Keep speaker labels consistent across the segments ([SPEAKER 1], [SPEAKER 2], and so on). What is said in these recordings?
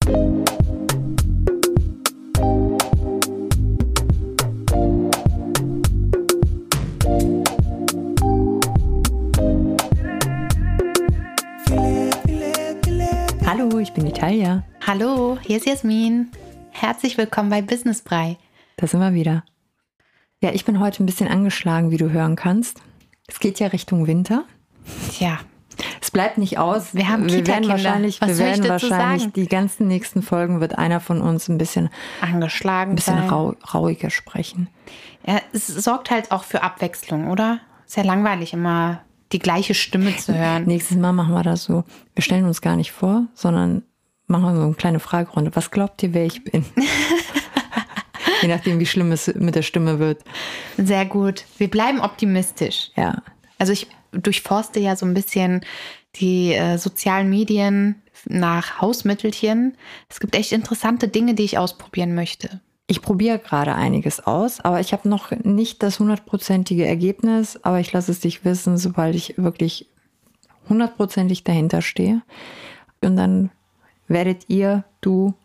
[SPEAKER 1] Hallo, ich bin Italia.
[SPEAKER 2] Hallo, hier ist Jasmin. Herzlich willkommen bei Businessbrei.
[SPEAKER 1] Da sind wir wieder. Ja, ich bin heute ein bisschen angeschlagen, wie du hören kannst. Es geht ja Richtung Winter.
[SPEAKER 2] Tja.
[SPEAKER 1] Es bleibt nicht aus.
[SPEAKER 2] Wir haben Kita-Kinder.
[SPEAKER 1] Wir werden wahrscheinlich die ganzen nächsten Folgen wird einer von uns ein bisschen
[SPEAKER 2] angeschlagen,
[SPEAKER 1] ein bisschen rauiger sprechen.
[SPEAKER 2] Ja, es sorgt halt auch für Abwechslung, oder? Ist ja langweilig, immer die gleiche Stimme zu hören.
[SPEAKER 1] Nächstes Mal machen wir das so. Wir stellen uns gar nicht vor, sondern machen so eine kleine Fragerunde. Was glaubt ihr, wer ich bin? Je nachdem, wie schlimm es mit der Stimme wird.
[SPEAKER 2] Sehr gut. Wir bleiben optimistisch.
[SPEAKER 1] Ja.
[SPEAKER 2] Also ich durchforste ja so ein bisschen die sozialen Medien nach Hausmittelchen. Es gibt echt interessante Dinge, die ich ausprobieren möchte.
[SPEAKER 1] Ich probiere gerade einiges aus, aber ich habe noch nicht das 100%ige Ergebnis, aber ich lasse es dich wissen, sobald ich wirklich 100%ig dahinter stehe. Und dann werdet du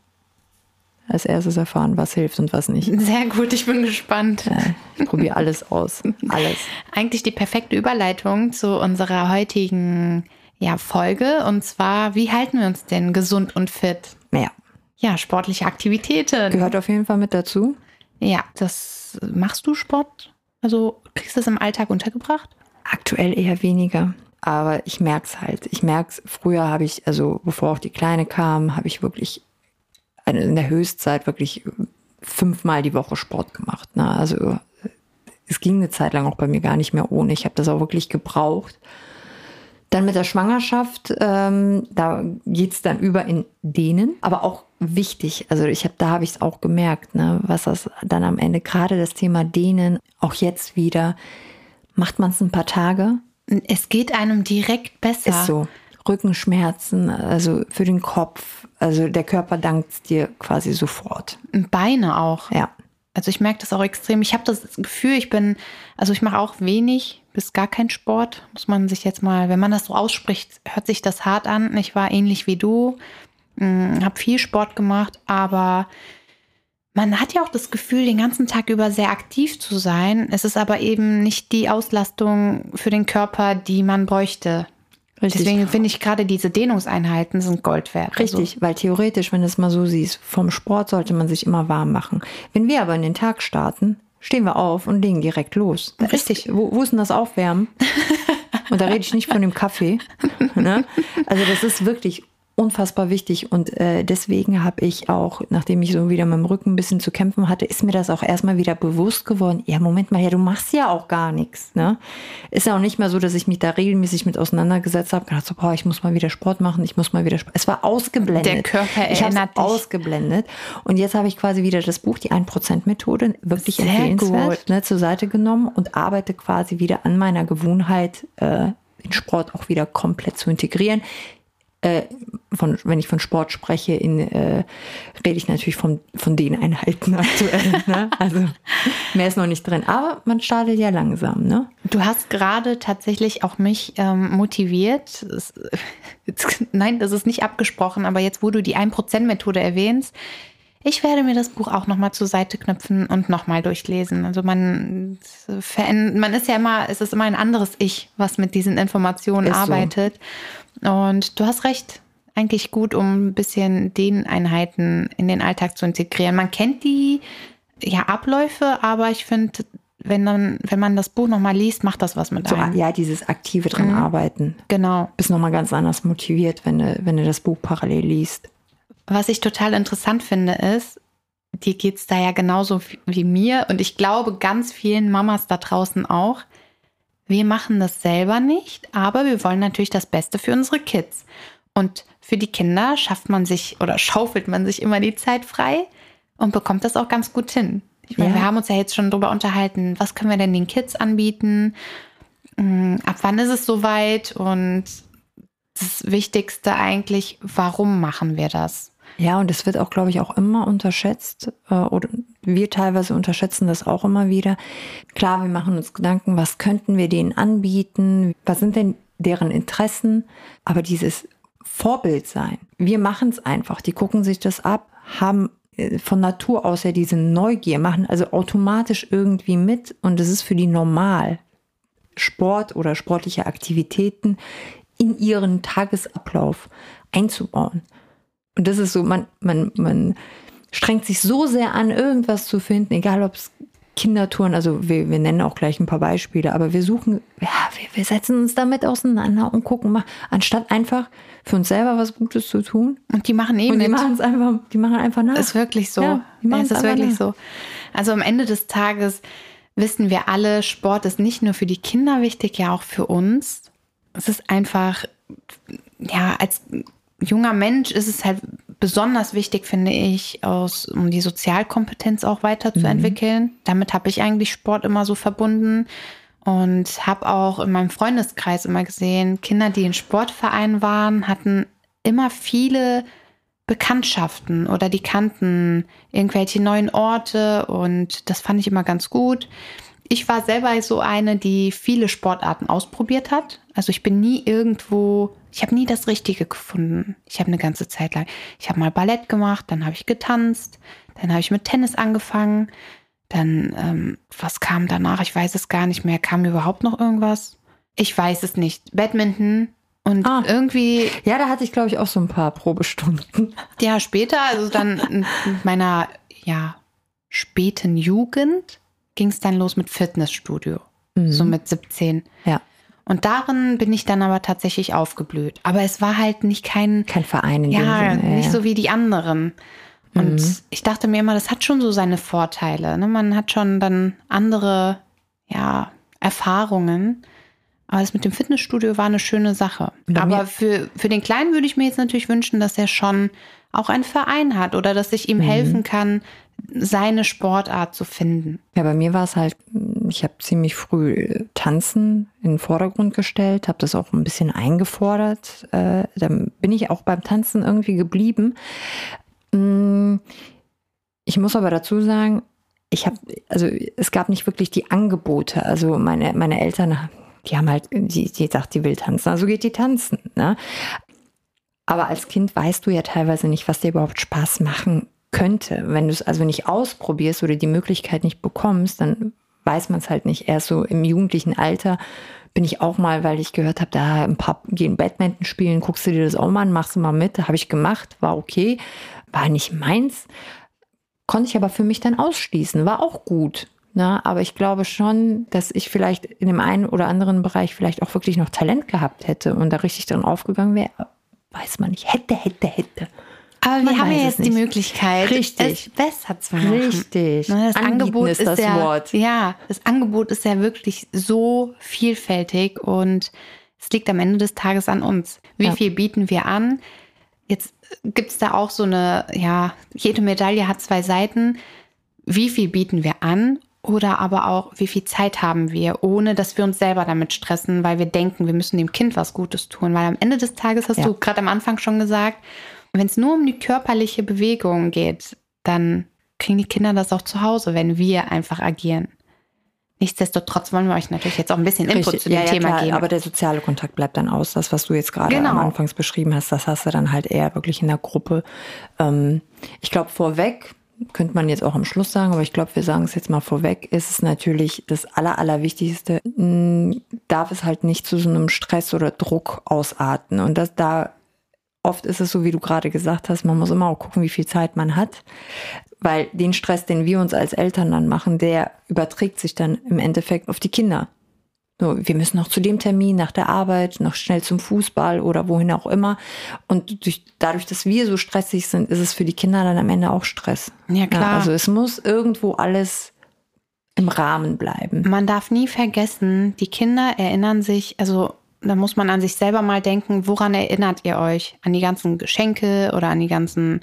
[SPEAKER 1] als erstes erfahren, was hilft und was nicht.
[SPEAKER 2] Sehr gut, ich bin gespannt.
[SPEAKER 1] Ich probiere alles aus. Alles.
[SPEAKER 2] Eigentlich die perfekte Überleitung zu unserer heutigen Folge. Und zwar, wie halten wir uns denn gesund und fit? Ja, sportliche Aktivitäten.
[SPEAKER 1] Gehört auf jeden Fall mit dazu.
[SPEAKER 2] Ja, machst du Sport? Also kriegst du das im Alltag untergebracht?
[SPEAKER 1] Aktuell eher weniger. Aber ich merke es halt. Früher habe ich, also bevor auch die Kleine kam, habe ich wirklich in der Höchstzeit wirklich 5-mal die Woche Sport gemacht. Ne? Also es ging eine Zeit lang auch bei mir gar nicht mehr ohne. Ich habe das auch wirklich gebraucht. Dann mit der Schwangerschaft, da geht's dann über in Dehnen, aber auch wichtig. Also da habe ich es auch gemerkt, ne, was das dann am Ende, gerade das Thema Dehnen, auch jetzt wieder, macht man es ein paar Tage.
[SPEAKER 2] Es geht einem direkt besser.
[SPEAKER 1] Ist so. Rückenschmerzen, also für den Kopf, also der Körper dankt dir quasi sofort.
[SPEAKER 2] Beine auch.
[SPEAKER 1] Ja.
[SPEAKER 2] Also ich merke das auch extrem. Ich habe das Gefühl, ich mache auch wenig bis gar keinen Sport. Muss man sich jetzt mal, wenn man das so ausspricht, hört sich das hart an. Ich war ähnlich wie du, habe viel Sport gemacht, aber man hat ja auch das Gefühl, den ganzen Tag über sehr aktiv zu sein. Es ist aber eben nicht die Auslastung für den Körper, die man bräuchte. Richtig. Deswegen finde ich gerade diese Dehnungseinheiten sind Gold wert.
[SPEAKER 1] Richtig, weil theoretisch, wenn du es mal so siehst, vom Sport sollte man sich immer warm machen. Wenn wir aber in den Tag starten, stehen wir auf und legen direkt los.
[SPEAKER 2] Richtig.
[SPEAKER 1] Wo ist denn das Aufwärmen? Und da rede ich nicht von dem Kaffee. Ne? Also das ist wirklich unfassbar wichtig und deswegen habe ich auch, nachdem ich so wieder mit dem Rücken ein bisschen zu kämpfen hatte, ist mir das auch erstmal wieder bewusst geworden. Ja, Moment mal, du machst ja auch gar nichts. Ne? Ist ja auch nicht mehr so, dass ich mich da regelmäßig mit auseinandergesetzt habe. Gedacht so, ich muss mal wieder Sport machen, Es war ausgeblendet.
[SPEAKER 2] Der Körper erinnert dich.
[SPEAKER 1] Ausgeblendet. Und jetzt habe ich quasi wieder das Buch, die 1%-Methode, wirklich empfehlenswert, ne, zur Seite genommen und arbeite quasi wieder an meiner Gewohnheit, den Sport auch wieder komplett zu integrieren. Wenn ich von Sport spreche, rede ich natürlich von den Einheiten aktuell. Ne? Also mehr ist noch nicht drin. Aber man startet ja langsam. Ne?
[SPEAKER 2] Du hast gerade tatsächlich auch mich motiviert. Nein, das ist nicht abgesprochen, aber jetzt, wo du die 1%-Methode erwähnst, ich werde mir das Buch auch nochmal zur Seite knüpfen und nochmal durchlesen. Also man ist ja immer, es ist immer ein anderes Ich, was mit diesen Informationen arbeitet. So. Und du hast recht, eigentlich gut, um ein bisschen Dehneinheiten in den Alltag zu integrieren. Man kennt die Abläufe, aber ich finde, wenn man das Buch nochmal liest, macht das was mit einem.
[SPEAKER 1] Ja, dieses aktive dran arbeiten.
[SPEAKER 2] Genau.
[SPEAKER 1] Bist nochmal ganz anders motiviert, wenn du das Buch parallel liest.
[SPEAKER 2] Was ich total interessant finde, ist, dir geht's da ja genauso wie mir und ich glaube ganz vielen Mamas da draußen auch. Wir machen das selber nicht, aber wir wollen natürlich das Beste für unsere Kids. Und für die Kinder schaufelt man sich immer die Zeit frei und bekommt das auch ganz gut hin. Ich meine, wir haben uns ja jetzt schon drüber unterhalten, was können wir denn den Kids anbieten? Ab wann ist es soweit? Und das Wichtigste eigentlich, warum machen wir das?
[SPEAKER 1] Ja, und es wird auch, glaube ich, auch immer unterschätzt. Oder wir teilweise unterschätzen das auch immer wieder. Klar, wir machen uns Gedanken, was könnten wir denen anbieten? Was sind denn deren Interessen? Aber dieses Vorbild sein. Wir machen es einfach. Die gucken sich das ab, haben von Natur aus ja diese Neugier, machen also automatisch irgendwie mit und es ist für die normal, Sport oder sportliche Aktivitäten in ihren Tagesablauf einzubauen. Und das ist so, man strengt sich so sehr an, irgendwas zu finden, egal ob es Kindertouren, also wir nennen auch gleich ein paar Beispiele, aber wir suchen, ja, wir setzen uns damit auseinander und gucken mal, anstatt einfach für uns selber was Gutes zu tun.
[SPEAKER 2] Und die machen
[SPEAKER 1] und die machen es einfach, die machen einfach nach.
[SPEAKER 2] Ist wirklich so.
[SPEAKER 1] Ja,
[SPEAKER 2] es ist wirklich so. Also am Ende des Tages wissen wir alle, Sport ist nicht nur für die Kinder wichtig, ja auch für uns. Es ist einfach, ja, als junger Mensch ist es halt besonders wichtig, finde ich, um die Sozialkompetenz auch weiterzuentwickeln. Damit habe ich eigentlich Sport immer so verbunden und habe auch in meinem Freundeskreis immer gesehen, Kinder, die in Sportvereinen waren, hatten immer viele Bekanntschaften oder die kannten irgendwelche neuen Orte und das fand ich immer ganz gut. Ich war selber so eine, die viele Sportarten ausprobiert hat. Also ich bin nie irgendwo, ich habe nie das Richtige gefunden. Ich habe eine ganze Zeit lang, ich habe mal Ballett gemacht, dann habe ich getanzt, dann habe ich mit Tennis angefangen. Dann, was kam danach? Ich weiß es gar nicht mehr. Kam überhaupt noch irgendwas? Ich weiß es nicht. Badminton und irgendwie...
[SPEAKER 1] Ja, da hatte ich, glaube ich, auch so ein paar Probestunden.
[SPEAKER 2] Ja, später, also dann in meiner späten Jugend ging es dann los mit Fitnessstudio, so mit 17.
[SPEAKER 1] Ja.
[SPEAKER 2] Und darin bin ich dann aber tatsächlich aufgeblüht. Aber es war halt nicht kein
[SPEAKER 1] Verein in dem Sinne.
[SPEAKER 2] Nicht so wie die anderen. Und ich dachte mir immer, das hat schon so seine Vorteile. Ne? Man hat schon dann andere Erfahrungen. Aber das mit dem Fitnessstudio war eine schöne Sache. Aber für den Kleinen würde ich mir jetzt natürlich wünschen, dass er schon auch einen Verein hat oder dass ich ihm helfen kann, seine Sportart zu finden.
[SPEAKER 1] Ja, bei mir war es halt, ich habe ziemlich früh Tanzen in den Vordergrund gestellt, habe das auch ein bisschen eingefordert. Dann bin ich auch beim Tanzen irgendwie geblieben. Ich muss aber dazu sagen, es gab nicht wirklich die Angebote. Also meine Eltern, die haben halt, die sagt, die will tanzen, also geht die tanzen. Ne? Aber als Kind weißt du ja teilweise nicht, was dir überhaupt Spaß machen könnte. Wenn du es also nicht ausprobierst oder die Möglichkeit nicht bekommst, dann weiß man es halt nicht. Erst so im jugendlichen Alter bin ich auch mal, weil ich gehört habe, da ein paar gehen Badminton spielen, guckst du dir das auch mal an, machst du mal mit. Habe ich gemacht, war okay, war nicht meins. Konnte ich aber für mich dann ausschließen, war auch gut. Ne? Aber ich glaube schon, dass ich vielleicht in dem einen oder anderen Bereich vielleicht auch wirklich noch Talent gehabt hätte und da richtig drin aufgegangen wäre. Weiß man nicht. Hätte.
[SPEAKER 2] Aber wir haben ja jetzt die Möglichkeit, es besser zu machen.
[SPEAKER 1] Richtig.
[SPEAKER 2] Das Angebot
[SPEAKER 1] ist das Wort.
[SPEAKER 2] Ja, das Angebot ist ja wirklich so vielfältig und es liegt am Ende des Tages an uns. Wie viel bieten wir an? Jetzt gibt es da auch so eine, jede Medaille hat zwei Seiten. Wie viel bieten wir an? Oder aber auch, wie viel Zeit haben wir, ohne dass wir uns selber damit stressen, weil wir denken, wir müssen dem Kind was Gutes tun. Weil am Ende des Tages, hast du gerade am Anfang schon gesagt, wenn es nur um die körperliche Bewegung geht, dann kriegen die Kinder das auch zu Hause, wenn wir einfach agieren. Nichtsdestotrotz wollen wir euch natürlich jetzt auch ein bisschen Input zu dem Thema geben.
[SPEAKER 1] Aber der soziale Kontakt bleibt dann aus. Das, was du jetzt gerade am Anfangs beschrieben hast, das hast du dann halt eher wirklich in der Gruppe. Ich glaube, vorweg, könnte man jetzt auch am Schluss sagen, aber ich glaube, wir sagen es jetzt mal vorweg, ist es natürlich das Allerwichtigste, darf es halt nicht zu so einem Stress oder Druck ausarten. Und oft ist es so, wie du gerade gesagt hast, man muss immer auch gucken, wie viel Zeit man hat. Weil den Stress, den wir uns als Eltern dann machen, der überträgt sich dann im Endeffekt auf die Kinder. So, wir müssen noch zu dem Termin nach der Arbeit, noch schnell zum Fußball oder wohin auch immer. Und dadurch, dass wir so stressig sind, ist es für die Kinder dann am Ende auch Stress.
[SPEAKER 2] Ja, klar.
[SPEAKER 1] Ja, also es muss irgendwo alles im Rahmen bleiben.
[SPEAKER 2] Man darf nie vergessen, die Kinder erinnern sich, also da muss man an sich selber mal denken, woran erinnert ihr euch? An die ganzen Geschenke oder an die ganzen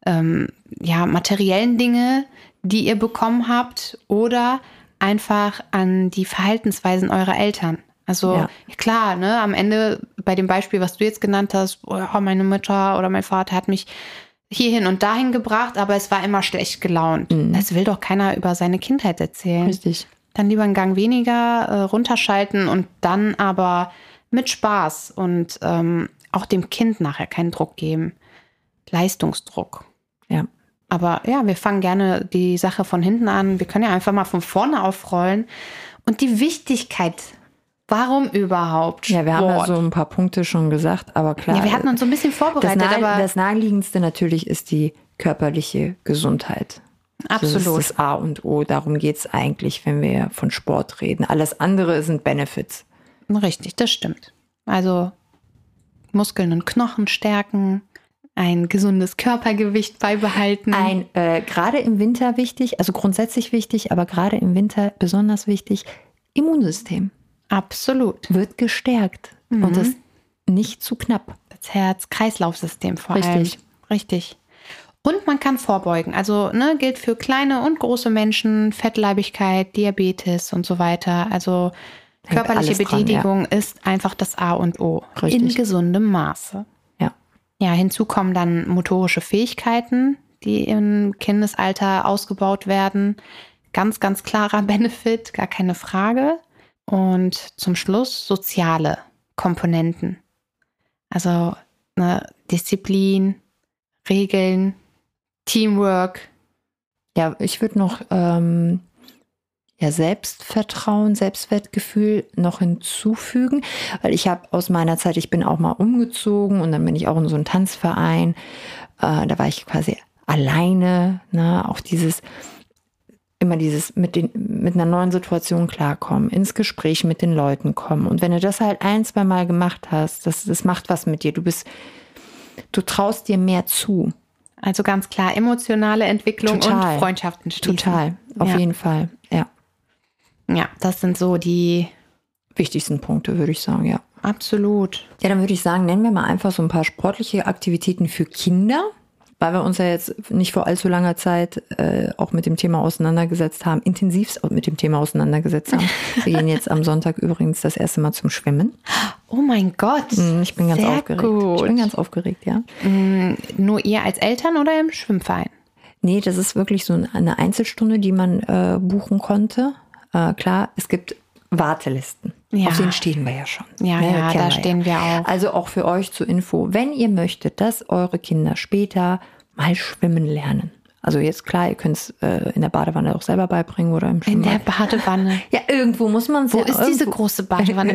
[SPEAKER 2] materiellen Dinge, die ihr bekommen habt oder einfach an die Verhaltensweisen eurer Eltern. Also klar, ne, am Ende bei dem Beispiel, was du jetzt genannt hast, meine Mutter oder mein Vater hat mich hierhin und dahin gebracht, aber es war immer schlecht gelaunt. Das will doch keiner über seine Kindheit erzählen.
[SPEAKER 1] Richtig.
[SPEAKER 2] Dann lieber einen Gang weniger runterschalten und dann aber mit Spaß und auch dem Kind nachher keinen Druck geben. Leistungsdruck.
[SPEAKER 1] Ja.
[SPEAKER 2] Aber ja, wir fangen gerne die Sache von hinten an. Wir können ja einfach mal von vorne aufrollen. Und die Wichtigkeit, warum überhaupt Sport?
[SPEAKER 1] Ja, wir haben ja so ein paar Punkte schon gesagt, aber klar.
[SPEAKER 2] Ja, wir hatten uns so ein bisschen vorbereitet.
[SPEAKER 1] Das Naheliegendste natürlich ist die körperliche Gesundheit.
[SPEAKER 2] Absolut.
[SPEAKER 1] Das ist das A und O. Darum geht es eigentlich, wenn wir von Sport reden. Alles andere sind Benefits.
[SPEAKER 2] Richtig, das stimmt. Also Muskeln und Knochen stärken, ein gesundes Körpergewicht beibehalten.
[SPEAKER 1] Gerade im Winter wichtig, also grundsätzlich wichtig, aber gerade im Winter besonders wichtig, Immunsystem.
[SPEAKER 2] Absolut.
[SPEAKER 1] Wird gestärkt und das nicht zu knapp.
[SPEAKER 2] Das Herz-Kreislauf-System vor allem.
[SPEAKER 1] Richtig.
[SPEAKER 2] Richtig. Und man kann vorbeugen. Also gilt für kleine und große Menschen, Fettleibigkeit, Diabetes und so weiter. Also körperliche Betätigung ist einfach das A und O.
[SPEAKER 1] Richtig.
[SPEAKER 2] In gesundem Maße.
[SPEAKER 1] Ja.
[SPEAKER 2] Ja, hinzu kommen dann motorische Fähigkeiten, die im Kindesalter ausgebaut werden. Ganz, ganz klarer Benefit, gar keine Frage. Und zum Schluss soziale Komponenten. Also Disziplin, Regeln, Teamwork.
[SPEAKER 1] Ja, ich würde noch Selbstvertrauen, Selbstwertgefühl noch hinzufügen, weil ich habe aus meiner Zeit, ich bin auch mal umgezogen und dann bin ich auch in so einem Tanzverein, da war ich quasi alleine, auch dieses mit einer neuen Situation klarkommen, ins Gespräch mit den Leuten kommen. Und wenn du das halt 1-2 Mal gemacht hast, das macht was mit dir. Du traust dir mehr zu.
[SPEAKER 2] Also ganz klar emotionale Entwicklung
[SPEAKER 1] Total.
[SPEAKER 2] Und Freundschaften schließen.
[SPEAKER 1] Total, auf jeden Fall, ja.
[SPEAKER 2] Ja, das sind so die
[SPEAKER 1] wichtigsten Punkte, würde ich sagen, ja.
[SPEAKER 2] Absolut.
[SPEAKER 1] Ja, dann würde ich sagen, nennen wir mal einfach so ein paar sportliche Aktivitäten für Kinder, weil wir uns ja jetzt nicht vor allzu langer Zeit auch mit dem Thema auseinandergesetzt haben, intensivst mit dem Thema auseinandergesetzt haben. Wir gehen jetzt am Sonntag übrigens das erste Mal zum Schwimmen.
[SPEAKER 2] Oh mein Gott.
[SPEAKER 1] Ich bin ganz aufgeregt.
[SPEAKER 2] Gut.
[SPEAKER 1] Ich bin ganz aufgeregt, ja.
[SPEAKER 2] Nur ihr als Eltern oder im Schwimmverein?
[SPEAKER 1] Nee, das ist wirklich so eine Einzelstunde, die man buchen konnte. Klar, es gibt Wartelisten.
[SPEAKER 2] Ja.
[SPEAKER 1] Auf denen stehen wir ja schon.
[SPEAKER 2] Ja, da stehen wir auch.
[SPEAKER 1] Also auch für euch zur Info, wenn ihr möchtet, dass eure Kinder später mal schwimmen lernen. Also jetzt klar, ihr könnt es in der Badewanne auch selber beibringen oder im Schwimmbad.
[SPEAKER 2] In der Badewanne?
[SPEAKER 1] Ja, irgendwo muss man es.
[SPEAKER 2] Wo ist diese große Badewanne?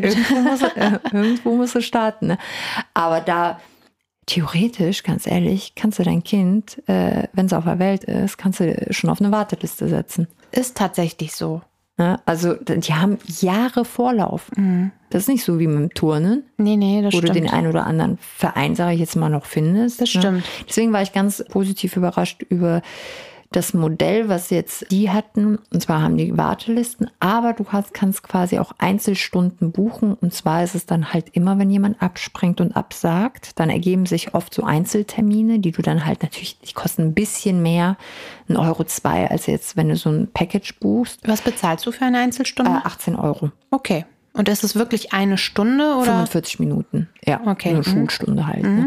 [SPEAKER 1] Irgendwo muss es starten. Ne? Aber da theoretisch, ganz ehrlich, kannst du dein Kind, wenn es auf der Welt ist, kannst du schon auf eine Warteliste setzen.
[SPEAKER 2] Ist tatsächlich so.
[SPEAKER 1] Ne? Also die haben Jahre Vorlauf. Das ist nicht so wie mit dem Turnen.
[SPEAKER 2] Nee, das
[SPEAKER 1] wo
[SPEAKER 2] stimmt.
[SPEAKER 1] du den einen oder anderen Verein, sage ich jetzt mal, noch findest.
[SPEAKER 2] Das stimmt.
[SPEAKER 1] Deswegen war ich ganz positiv überrascht über das Modell, was jetzt die hatten. Und zwar haben die Wartelisten, aber du kannst quasi auch Einzelstunden buchen. Und zwar ist es dann halt immer, wenn jemand abspringt und absagt, dann ergeben sich oft so Einzeltermine, die du dann halt natürlich, die kosten ein bisschen mehr, 1,02 €, als jetzt, wenn du so ein Package buchst.
[SPEAKER 2] Was bezahlst du für eine Einzelstunde?
[SPEAKER 1] 18 €.
[SPEAKER 2] Okay. Und ist es wirklich eine Stunde oder?
[SPEAKER 1] 45 Minuten. Ja,
[SPEAKER 2] okay.
[SPEAKER 1] Eine Schulstunde halt. Ne?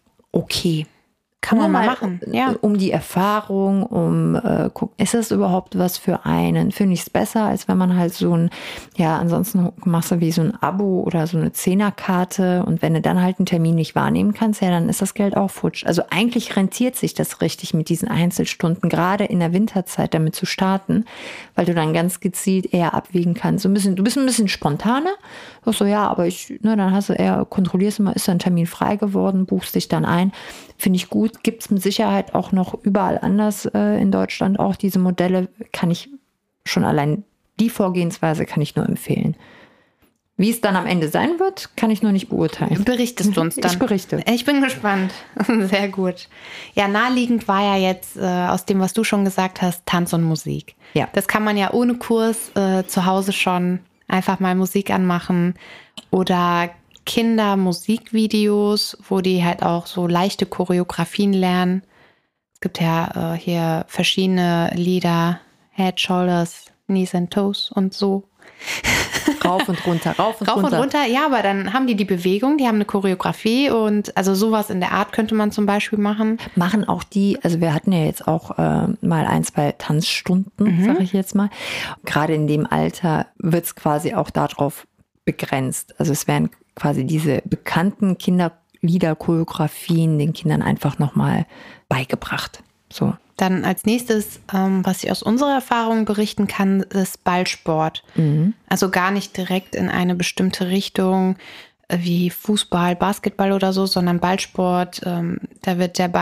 [SPEAKER 1] Okay.
[SPEAKER 2] Kann man mal machen. Ja.
[SPEAKER 1] Um die Erfahrung, gucken, ist das überhaupt was für einen? Finde ich es besser, als wenn man halt so ein, ansonsten machst du wie so ein Abo oder so eine Zehnerkarte und wenn du dann halt einen Termin nicht wahrnehmen kannst, dann ist das Geld auch futsch. Also eigentlich rentiert sich das richtig mit diesen Einzelstunden, gerade in der Winterzeit damit zu starten, weil du dann ganz gezielt eher abwägen kannst. Du bist ein bisschen spontaner, so aber dann hast du kontrollierst du mal, ist da ein Termin frei geworden, buchst dich dann ein. Finde ich gut. Gibt es mit Sicherheit auch noch überall anders in Deutschland auch diese Modelle. Kann ich schon allein die Vorgehensweise kann ich nur empfehlen. Wie es dann am Ende sein wird, kann ich noch nicht beurteilen.
[SPEAKER 2] Berichtest du uns dann?
[SPEAKER 1] Ich berichte.
[SPEAKER 2] Ich bin gespannt. Sehr gut. Ja, naheliegend war ja jetzt aus dem, was du schon gesagt hast, Tanz und Musik.
[SPEAKER 1] Ja.
[SPEAKER 2] Das kann man ja ohne Kurs zu Hause schon einfach mal Musik anmachen oder Kindermusikvideos, wo die halt auch so leichte Choreografien lernen. Es gibt ja hier verschiedene Lieder, Head, Shoulders, Knees and Toes und so.
[SPEAKER 1] Rauf und runter, rauf und
[SPEAKER 2] runter. Ja, aber dann haben die Bewegung, die haben eine Choreografie und also sowas in der Art könnte man zum Beispiel machen.
[SPEAKER 1] Machen auch die, also wir hatten ja jetzt auch mal 1-2 Tanzstunden, sage ich jetzt mal. Gerade in dem Alter wird es quasi auch darauf begrenzt. Also es werden quasi diese bekannten Lieder, Choreografien den Kindern einfach nochmal beigebracht. So.
[SPEAKER 2] Dann als nächstes, was ich aus unserer Erfahrung berichten kann, ist Ballsport. Also gar nicht direkt in eine bestimmte Richtung wie Fußball, Basketball oder so, sondern Ballsport. Da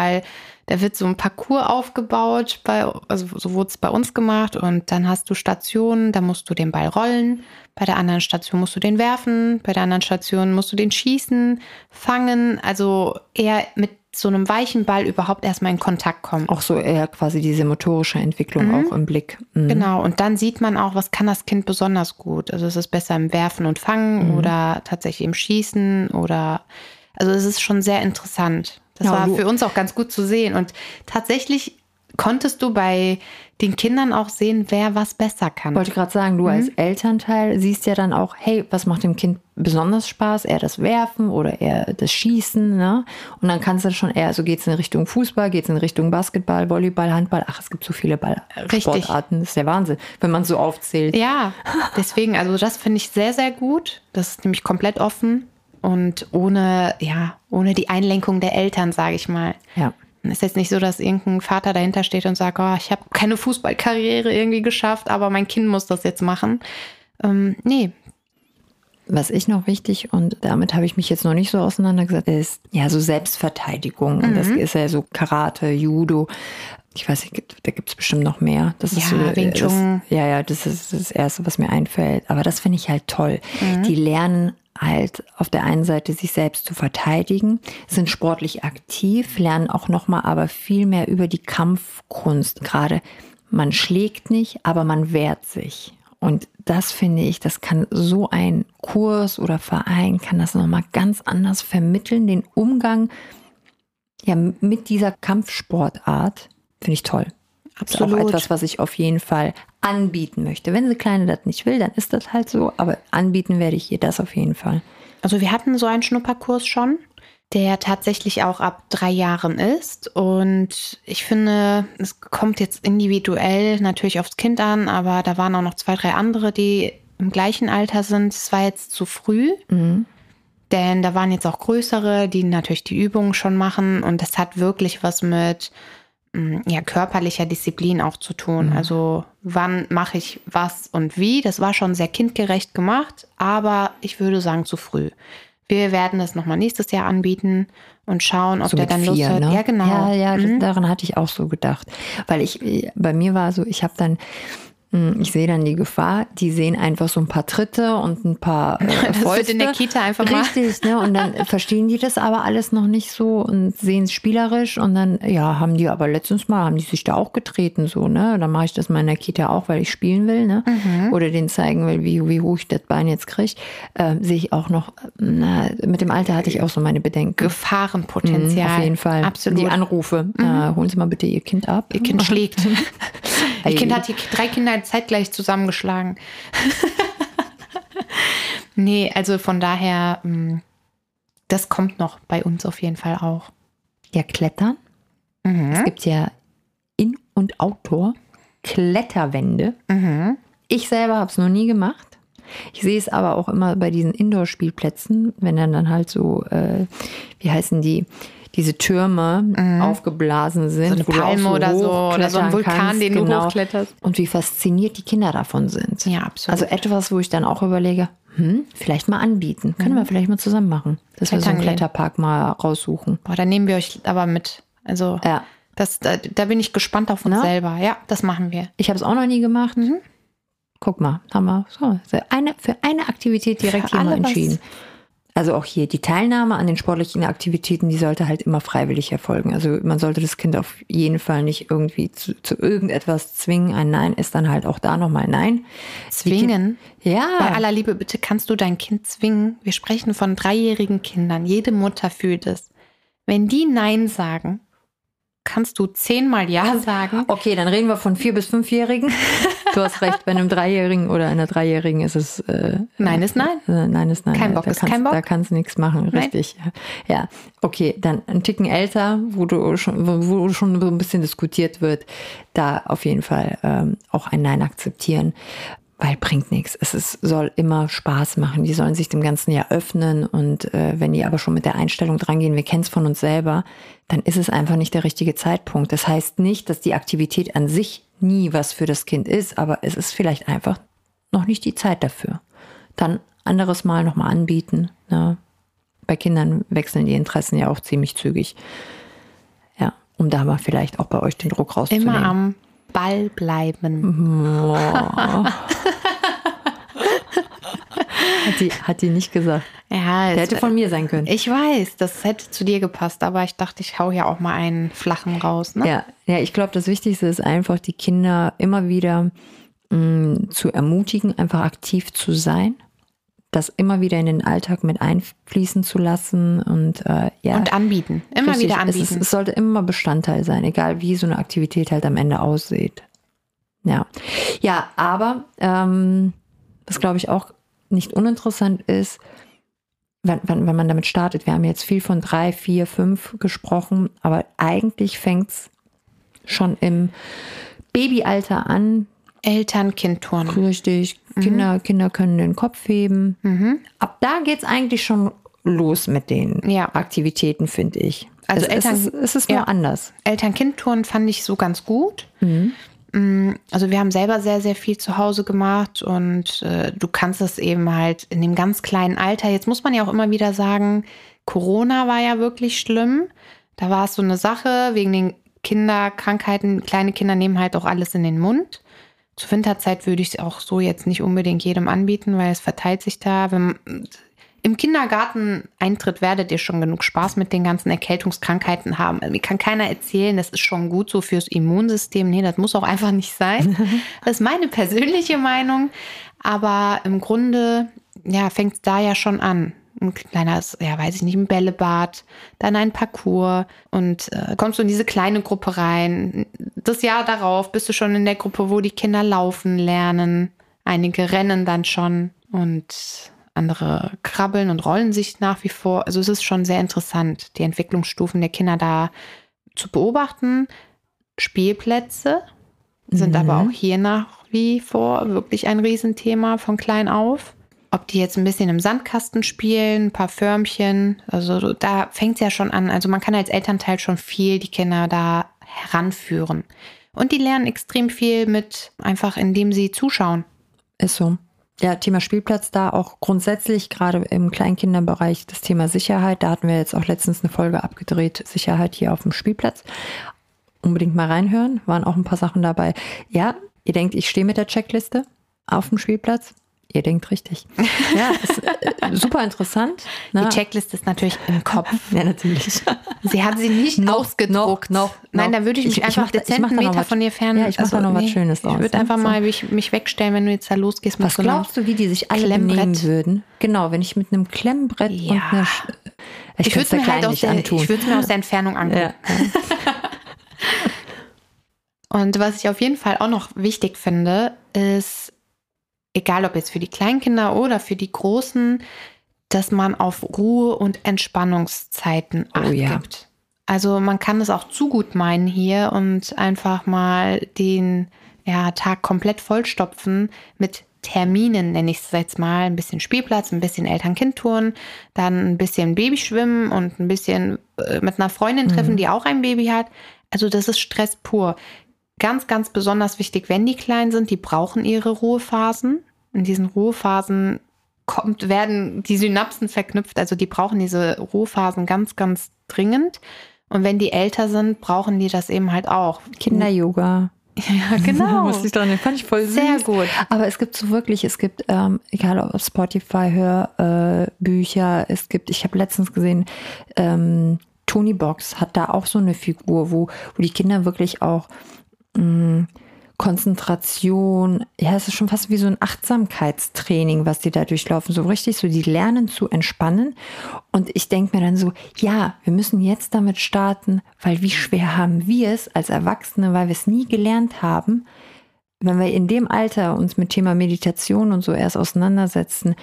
[SPEAKER 2] wird so ein Parcours aufgebaut, also so wurde es bei uns gemacht, und dann hast du Stationen, da musst du den Ball rollen, bei der anderen Station musst du den werfen, bei der anderen Station musst du den schießen, fangen, also eher mit so einem weichen Ball überhaupt erstmal in Kontakt kommen.
[SPEAKER 1] Auch so eher quasi diese motorische Entwicklung auch im Blick.
[SPEAKER 2] Genau, und dann sieht man auch, was kann das Kind besonders gut. Also es ist besser im Werfen und Fangen oder tatsächlich im Schießen also es ist schon sehr interessant. Das war für uns auch ganz gut zu sehen. Und tatsächlich konntest du bei den Kindern auch sehen, wer was besser kann.
[SPEAKER 1] Wollte gerade sagen, du als Elternteil siehst ja dann auch, hey, was macht dem Kind besonders Spaß? Eher das Werfen oder eher das Schießen, ne? Und dann kannst du schon eher, so geht es in Richtung Fußball, geht es in Richtung Basketball, Volleyball, Handball. Ach, es gibt so viele Sportarten. Das ist der Wahnsinn, wenn man so aufzählt.
[SPEAKER 2] Ja, deswegen, also das finde ich sehr, sehr gut. Das ist nämlich komplett offen und ohne die Einlenkung der Eltern, sage ich mal.
[SPEAKER 1] Ja.
[SPEAKER 2] Es ist jetzt nicht so, dass irgendein Vater dahinter steht und sagt, oh, ich habe keine Fußballkarriere irgendwie geschafft, aber mein Kind muss das jetzt machen. Nee.
[SPEAKER 1] Was ich noch wichtig, und damit habe ich mich jetzt noch nicht so auseinandergesetzt, ist ja so Selbstverteidigung. Und das ist ja so Karate, Judo. Ich weiß nicht, da gibt es bestimmt noch mehr. Das ist so,
[SPEAKER 2] Wing Chun.
[SPEAKER 1] Das ist das Erste, was mir einfällt. Aber das finde ich halt toll. Die lernen halt auf der einen Seite sich selbst zu verteidigen, sind sportlich aktiv, lernen auch nochmal aber viel mehr über die Kampfkunst. Gerade man schlägt nicht, aber man wehrt sich. Und das finde ich, das kann so ein Kurs oder Verein, kann das nochmal ganz anders vermitteln, den Umgang mit dieser Kampfsportart. Finde ich toll.
[SPEAKER 2] Absolut.
[SPEAKER 1] Das ist auch etwas, was ich auf jeden Fall anbieten möchte. Wenn die Kleine das nicht will, dann ist das halt so. Aber anbieten werde ich ihr das auf jeden Fall.
[SPEAKER 2] Also wir hatten so einen Schnupperkurs schon, der tatsächlich auch ab 3 Jahren ist. Und ich finde, es kommt jetzt individuell natürlich aufs Kind an, aber da waren auch noch 2, 3 andere, die im gleichen Alter sind. Es war jetzt zu früh, denn da waren jetzt auch größere, die natürlich die Übungen schon machen. Und das hat wirklich was mit körperlicher Disziplin auch zu tun. Also wann mache ich was und wie. Das war schon sehr kindgerecht gemacht, aber ich würde sagen zu früh. Wir werden das nochmal nächstes Jahr anbieten und schauen, ob
[SPEAKER 1] so
[SPEAKER 2] der dann Lust hat.
[SPEAKER 1] Ne?
[SPEAKER 2] Ja, genau.
[SPEAKER 1] Ja, daran hatte ich auch so gedacht. Weil bei mir war so, ich sehe dann die Gefahr, die sehen einfach so ein paar Tritte und ein paar
[SPEAKER 2] das
[SPEAKER 1] Fäuste.
[SPEAKER 2] wird in der Kita einfach mal.
[SPEAKER 1] Richtig, ne? Und dann verstehen die das aber alles noch nicht so und sehen es spielerisch und dann, haben die sich da auch getreten, so, ne? Dann mache ich das mal in der Kita auch, weil ich spielen will, ne? Oder denen zeigen will, wie hoch ich das Bein jetzt kriege. Sehe ich auch noch, mit dem Alter hatte ich auch so meine Bedenken.
[SPEAKER 2] Gefahrenpotenzial.
[SPEAKER 1] Auf jeden Fall.
[SPEAKER 2] Absolut.
[SPEAKER 1] Die Anrufe, holen Sie mal bitte Ihr Kind ab.
[SPEAKER 2] Ihr Kind schlägt. Ihr Kind hat die 3 Kinder zeitgleich zusammengeschlagen. Nee, also von daher, das kommt noch bei uns auf jeden Fall auch.
[SPEAKER 1] Ja, Klettern. Es gibt ja In- und Outdoor Kletterwände. Ich selber habe es noch nie gemacht. Ich sehe es aber auch immer bei diesen Indoor-Spielplätzen, wenn dann halt so, wie heißen die? Diese Türme aufgeblasen sind.
[SPEAKER 2] So eine Palme oder so ein Vulkan, den du hochkletterst.
[SPEAKER 1] Und wie fasziniert die Kinder davon sind.
[SPEAKER 2] Ja, absolut.
[SPEAKER 1] Also etwas, wo ich dann auch überlege, vielleicht mal anbieten. Können wir vielleicht mal zusammen machen. Dass wir so einen Kletterpark mal raussuchen.
[SPEAKER 2] Boah, da nehmen wir euch aber mit. Also da bin ich gespannt auf uns selber. Ja, das machen wir.
[SPEAKER 1] Ich habe es auch noch nie gemacht. Guck mal, haben wir für eine Aktivität direkt hier mal entschieden. Also auch hier die Teilnahme an den sportlichen Aktivitäten, die sollte halt immer freiwillig erfolgen. Also man sollte das Kind auf jeden Fall nicht irgendwie zu irgendetwas zwingen. Ein Nein ist dann halt auch da nochmal Nein.
[SPEAKER 2] Zwingen?
[SPEAKER 1] Ja.
[SPEAKER 2] Bei aller Liebe, bitte kannst du dein Kind zwingen? Wir sprechen von 3-jährigen Kindern. Jede Mutter fühlt es. Wenn die Nein sagen, kannst du 10-mal Ja sagen.
[SPEAKER 1] Okay, dann reden wir von 4- bis 5-Jährigen. Du hast recht, bei einem 3-Jährigen oder einer 3-Jährigen ist es...
[SPEAKER 2] Nein ist Nein.
[SPEAKER 1] Nein ist Nein.
[SPEAKER 2] Kein Bock ist kein Bock.
[SPEAKER 1] Da kannst du nichts machen, richtig. Nein. Ja, okay, dann ein Ticken älter, wo schon so ein bisschen diskutiert wird, da auf jeden Fall auch ein Nein akzeptieren. weil bringt nichts. Soll immer Spaß machen. Die sollen sich dem Ganzen ja öffnen und wenn die aber schon mit der Einstellung drangehen, wir kennen es von uns selber, dann ist es einfach nicht der richtige Zeitpunkt. Das heißt nicht, dass die Aktivität an sich nie was für das Kind ist, aber es ist vielleicht einfach noch nicht die Zeit dafür. Dann anderes Mal nochmal anbieten. Ne? Bei Kindern wechseln die Interessen ja auch ziemlich zügig. Ja, um da mal vielleicht auch bei euch den Druck rauszunehmen.
[SPEAKER 2] Immer am Ball bleiben.
[SPEAKER 1] Oh. Hat die nicht gesagt.
[SPEAKER 2] Ja,
[SPEAKER 1] der hätte von mir sein können.
[SPEAKER 2] Ich weiß, das hätte zu dir gepasst, aber ich dachte, ich hau ja auch mal einen flachen raus. Ne?
[SPEAKER 1] Ja, ich glaube, das Wichtigste ist einfach, die Kinder immer wieder zu ermutigen, einfach aktiv zu sein, das immer wieder in den Alltag mit einfließen zu lassen und
[SPEAKER 2] und anbieten, immer
[SPEAKER 1] richtig,
[SPEAKER 2] wieder anbieten.
[SPEAKER 1] Es sollte immer Bestandteil sein, egal wie so eine Aktivität halt am Ende aussieht. Ja, aber was glaube ich auch nicht uninteressant ist, wenn man damit startet. Wir haben jetzt viel von 3, 4, 5 gesprochen, aber eigentlich fängt es schon im Babyalter an.
[SPEAKER 2] Eltern-Kind-Turnen.
[SPEAKER 1] Richtig, Kinder können den Kopf heben. Ab da geht es eigentlich schon los mit den Aktivitäten, finde ich.
[SPEAKER 2] Also
[SPEAKER 1] es ist nur anders.
[SPEAKER 2] Eltern-Kind-Turnen fand ich so ganz gut. Also wir haben selber sehr, sehr viel zu Hause gemacht und du kannst es eben halt in dem ganz kleinen Alter, jetzt muss man ja auch immer wieder sagen, Corona war ja wirklich schlimm. Da war es so eine Sache wegen den Kinderkrankheiten. Kleine Kinder nehmen halt auch alles in den Mund. Zur Winterzeit würde ich es auch so jetzt nicht unbedingt jedem anbieten, weil es verteilt sich da. Im Kindergarten-Eintritt werdet ihr schon genug Spaß mit den ganzen Erkältungskrankheiten haben. Mir kann keiner erzählen, das ist schon gut so fürs Immunsystem. Nee, das muss auch einfach nicht sein. Das ist meine persönliche Meinung. Aber im Grunde, fängt es da ja schon an. Ein kleines, weiß ich nicht, ein Bällebad, dann ein Parcours und kommst du in diese kleine Gruppe rein. Das Jahr darauf bist du schon in der Gruppe, wo die Kinder laufen lernen. Einige rennen dann schon und andere krabbeln und rollen sich nach wie vor. Also es ist schon sehr interessant, die Entwicklungsstufen der Kinder da zu beobachten. Spielplätze sind aber auch hier nach wie vor wirklich ein Riesenthema von klein auf. Ob die jetzt ein bisschen im Sandkasten spielen, ein paar Förmchen, also da fängt es ja schon an. Also man kann als Elternteil schon viel die Kinder da heranführen. Und die lernen extrem viel mit, einfach indem sie zuschauen.
[SPEAKER 1] Ist so. Ja, Thema Spielplatz da auch grundsätzlich, gerade im Kleinkinderbereich, das Thema Sicherheit. Da hatten wir jetzt auch letztens eine Folge abgedreht, Sicherheit hier auf dem Spielplatz. Unbedingt mal reinhören, waren auch ein paar Sachen dabei. Ja, ihr denkt, ich stehe mit der Checkliste auf dem Spielplatz. Ihr denkt richtig. Ja, ist super interessant. Ne?
[SPEAKER 2] Die Checkliste ist natürlich im Kopf.
[SPEAKER 1] Ja, natürlich.
[SPEAKER 2] Sie hat sie nicht ausgedruckt. Nein, da würde ich mich einfach dezenten Meter von dir fern.
[SPEAKER 1] Ja, ich mache da noch was Schönes draus.
[SPEAKER 2] Ich würde einfach mal mich wegstellen, wenn du jetzt da losgehst.
[SPEAKER 1] Was glaubst du, wie die sich alle benehmen würden? Genau, wenn ich mit einem Klemmbrett und einer... Ich würde es mir halt
[SPEAKER 2] ich würde es mir aus der Entfernung angucken. Ja. Und was ich auf jeden Fall auch noch wichtig finde, ist, egal ob jetzt für die Kleinkinder oder für die Großen, dass man auf Ruhe- und Entspannungszeiten Acht gibt. Also man kann es auch zu gut meinen hier und einfach mal den Tag komplett vollstopfen mit Terminen, nenne ich es jetzt mal. Ein bisschen Spielplatz, ein bisschen Eltern-Kind-Touren, dann ein bisschen Babyschwimmen und ein bisschen mit einer Freundin treffen, die auch ein Baby hat. Also das ist Stress pur. Ganz, ganz besonders wichtig, wenn die klein sind, die brauchen ihre Ruhephasen. In diesen Ruhephasen werden die Synapsen verknüpft, also die brauchen diese Ruhephasen ganz, ganz dringend. Und wenn die älter sind, brauchen die das eben halt auch.
[SPEAKER 1] Kinder-Yoga.
[SPEAKER 2] Ja, genau.
[SPEAKER 1] Musste ich dran, den fand ich voll süß.
[SPEAKER 2] Sehr gut.
[SPEAKER 1] Aber es gibt so wirklich, egal ob Spotify, Hörbücher, ich habe letztens gesehen, Tony Box hat da auch so eine Figur, wo die Kinder wirklich auch Konzentration, es ist schon fast wie so ein Achtsamkeitstraining, was die da durchlaufen, so richtig, so die lernen zu entspannen und ich denke mir dann so, ja, wir müssen jetzt damit starten, weil wie schwer haben wir es als Erwachsene, weil wir es nie gelernt haben, wenn wir in dem Alter uns mit Thema Meditation und so erst auseinandersetzen,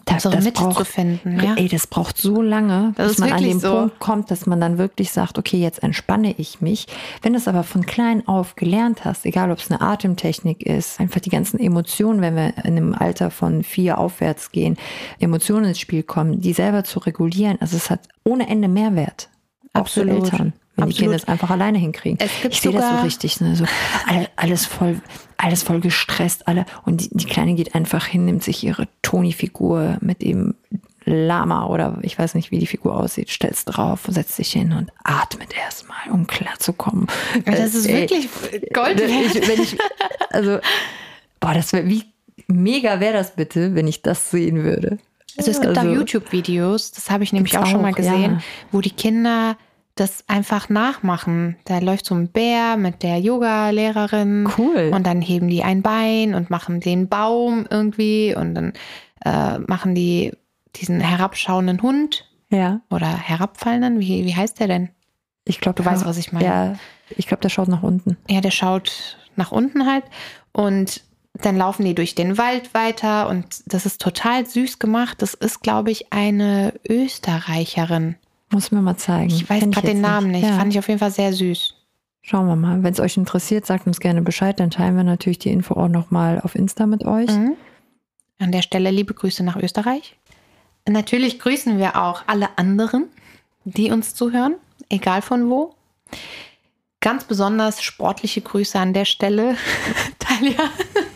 [SPEAKER 2] unsere Mitte zu finden. Ja?
[SPEAKER 1] Ey, das braucht so lange, bis man an den Punkt kommt, dass man dann wirklich sagt, okay, jetzt entspanne ich mich. Wenn du es aber von klein auf gelernt hast, egal ob es eine Atemtechnik ist, einfach die ganzen Emotionen, wenn wir in einem Alter von 4 aufwärts gehen, Emotionen ins Spiel kommen, die selber zu regulieren, also es hat ohne Ende Mehrwert. Auch für Eltern. Wenn die Kinder es einfach alleine hinkriegen. Ich sehe das so richtig, ne? So alles voll gestresst, und die Kleine geht einfach hin, nimmt sich ihre Toni-Figur mit dem Lama oder ich weiß nicht, wie die Figur aussieht, stellt es drauf, setzt sich hin und atmet erstmal, um klarzukommen.
[SPEAKER 2] Das ist wirklich Gold wert.
[SPEAKER 1] Das wäre, wie mega wäre das bitte, wenn ich das sehen würde.
[SPEAKER 2] Also es gibt auch YouTube-Videos, das habe ich nämlich auch schon mal gesehen, wo die Kinder das einfach nachmachen. Da läuft so ein Bär mit der Yoga-Lehrerin.
[SPEAKER 1] Cool.
[SPEAKER 2] Und dann heben die ein Bein und machen den Baum irgendwie und dann machen die diesen herabschauenden Hund.
[SPEAKER 1] Ja.
[SPEAKER 2] Oder herabfallenden. Wie heißt der denn?
[SPEAKER 1] Ich glaube,
[SPEAKER 2] du weißt, was ich meine.
[SPEAKER 1] Ja, ich glaube, der schaut nach unten.
[SPEAKER 2] Ja, der schaut nach unten halt. Und dann laufen die durch den Wald weiter und das ist total süß gemacht. Das ist, glaube ich, eine Österreicherin.
[SPEAKER 1] Muss mir mal zeigen.
[SPEAKER 2] Ich weiß gerade den Namen nicht. Ja. Fand ich auf jeden Fall sehr süß.
[SPEAKER 1] Schauen wir mal. Wenn es euch interessiert, sagt uns gerne Bescheid. Dann teilen wir natürlich die Info auch nochmal auf Insta mit euch.
[SPEAKER 2] Mhm. An der Stelle liebe Grüße nach Österreich. Natürlich grüßen wir auch alle anderen, die uns zuhören, egal von wo. Ganz besonders sportliche Grüße an der Stelle. Talia.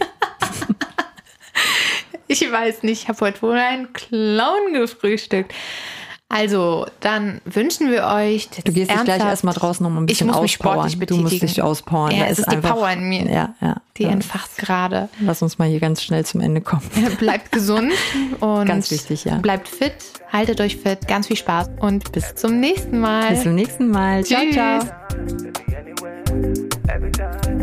[SPEAKER 2] Ich weiß nicht, ich habe heute wohl einen Clown gefrühstückt. Also, dann wünschen wir euch...
[SPEAKER 1] Du gehst dich gleich erstmal draußen noch mal ein bisschen auspowern.
[SPEAKER 2] Ich muss mich sportlich betätigen.
[SPEAKER 1] Du musst dich auspowern.
[SPEAKER 2] Ja, es ist die Power in mir.
[SPEAKER 1] Ja.
[SPEAKER 2] Die entfacht gerade.
[SPEAKER 1] Lass uns mal hier ganz schnell zum Ende kommen.
[SPEAKER 2] Bleibt gesund und
[SPEAKER 1] ganz wichtig, ja.
[SPEAKER 2] Bleibt fit, haltet euch fit, ganz viel Spaß und bis zum nächsten Mal.
[SPEAKER 1] Bis zum nächsten Mal.
[SPEAKER 2] Tschüss.
[SPEAKER 1] Ciao, ciao.